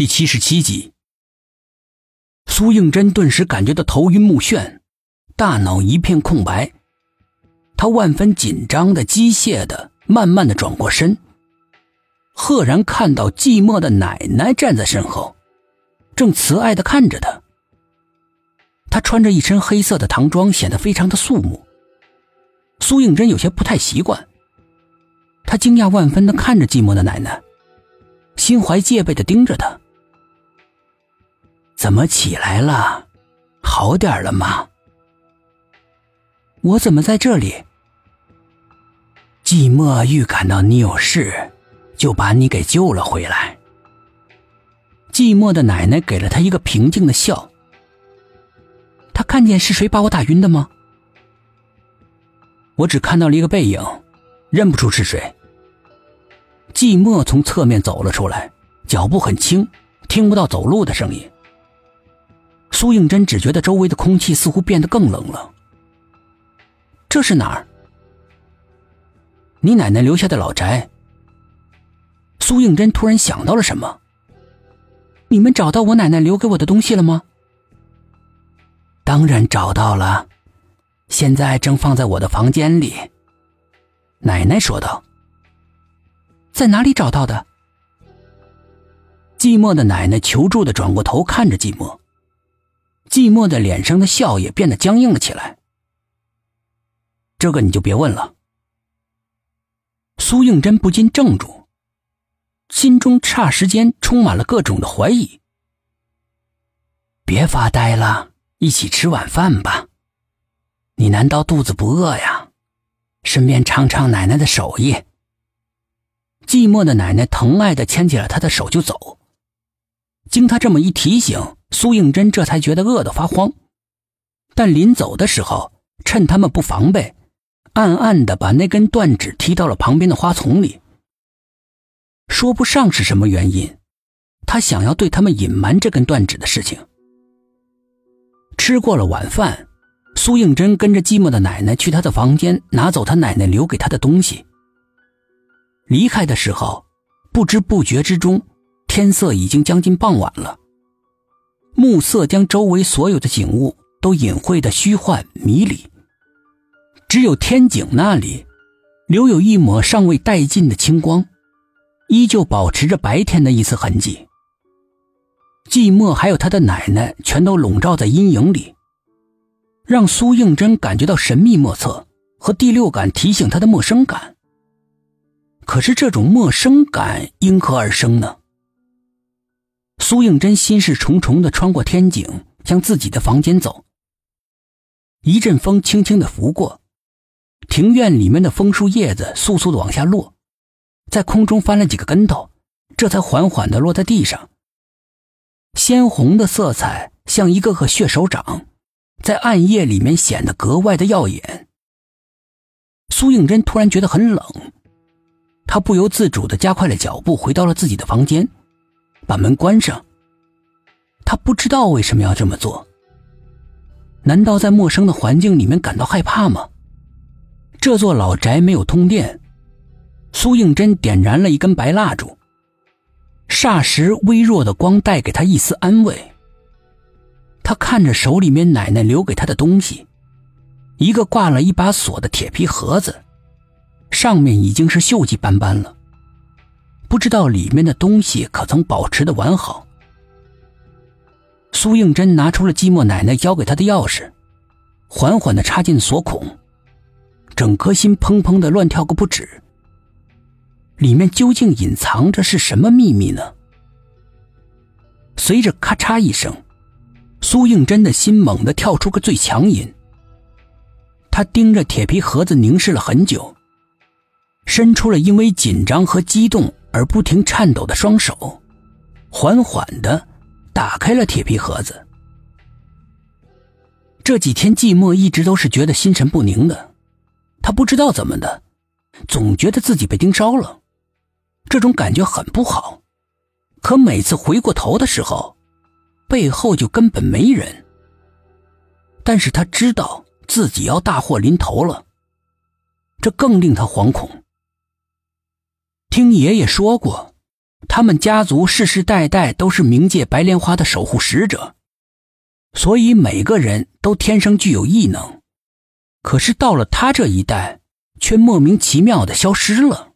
第77集。苏应真顿时感觉到头晕目眩，大脑一片空白。他万分紧张的、机械的、慢慢的转过身，赫然看到寂寞的奶奶站在身后，正慈爱的看着他。他穿着一身黑色的唐装，显得非常的肃穆。苏应真有些不太习惯，他惊讶万分的看着寂寞的奶奶，心怀戒备的盯着他。怎么起来了？好点了吗？我怎么在这里？寂寞预感到你有事，就把你给救了回来。寂寞的奶奶给了他一个平静的笑。他看见是谁把我打晕的吗？我只看到了一个背影，认不出是谁。寂寞从侧面走了出来，脚步很轻，听不到走路的声音。苏应真只觉得周围的空气似乎变得更冷了。这是哪儿？你奶奶留下的老宅。苏应真突然想到了什么。你们找到我奶奶留给我的东西了吗？当然找到了，现在正放在我的房间里。奶奶说道。在哪里找到的？寂寞的奶奶求助地转过头看着寂寞。寂寞的脸上的笑也变得僵硬了起来。这个你就别问了。苏应真不禁怔住，心中霎时间充满了各种的怀疑。别发呆了，一起吃晚饭吧。你难道肚子不饿呀？顺便尝尝奶奶的手艺。寂寞的奶奶疼爱地牵起了他的手就走。经他这么一提醒，苏应真这才觉得饿得发慌。但临走的时候，趁他们不防备，暗暗地把那根断指踢到了旁边的花丛里。说不上是什么原因，他想要对他们隐瞒这根断指的事情。吃过了晚饭，苏应真跟着寂寞的奶奶去他的房间，拿走他奶奶留给他的东西。离开的时候，不知不觉之中，天色已经将近傍晚了。暮色将周围所有的景物都隐晦的虚幻迷离，只有天井那里留有一抹尚未殆尽的清光，依旧保持着白天的一丝痕迹。寂寞还有他的奶奶全都笼罩在阴影里，让苏应真感觉到神秘莫测，和第六感提醒他的陌生感。可是这种陌生感因何而生呢？苏应真心事重重地穿过天井，向自己的房间走。一阵风轻轻地拂过，庭院里面的枫树叶子簌簌地往下落，在空中翻了几个跟头，这才缓缓地落在地上。鲜红的色彩像一个个血手掌，在暗夜里面显得格外的耀眼。苏应真突然觉得很冷，他不由自主地加快了脚步，回到了自己的房间，把门关上。他不知道为什么要这么做。难道在陌生的环境里面感到害怕吗？这座老宅没有通电，苏应真点燃了一根白蜡烛，霎时微弱的光带给他一丝安慰。他看着手里面奶奶留给他的东西，一个挂了一把锁的铁皮盒子，上面已经是锈迹斑斑了，不知道里面的东西可曾保持得完好。苏应真拿出了寂寞奶奶交给他的钥匙，缓缓地插进锁孔，整颗心砰砰地乱跳个不止。里面究竟隐藏着是什么秘密呢？随着咔嚓一声，苏应真的心猛地跳出个最强音。他盯着铁皮盒子凝视了很久，伸出了因为紧张和激动而不停颤抖的双手，缓缓地打开了铁皮盒子。这几天寂寞一直都是觉得心神不宁的，他不知道怎么的，总觉得自己被盯梢了，这种感觉很不好。可每次回过头的时候，背后就根本没人。但是他知道自己要大祸临头了，这更令他惶恐。听爷爷说过， 他们家族世世代代都是冥界白莲花的守护使者，所以每个人都天生具有异能。可是到了他这一代，却莫名其妙地消失了。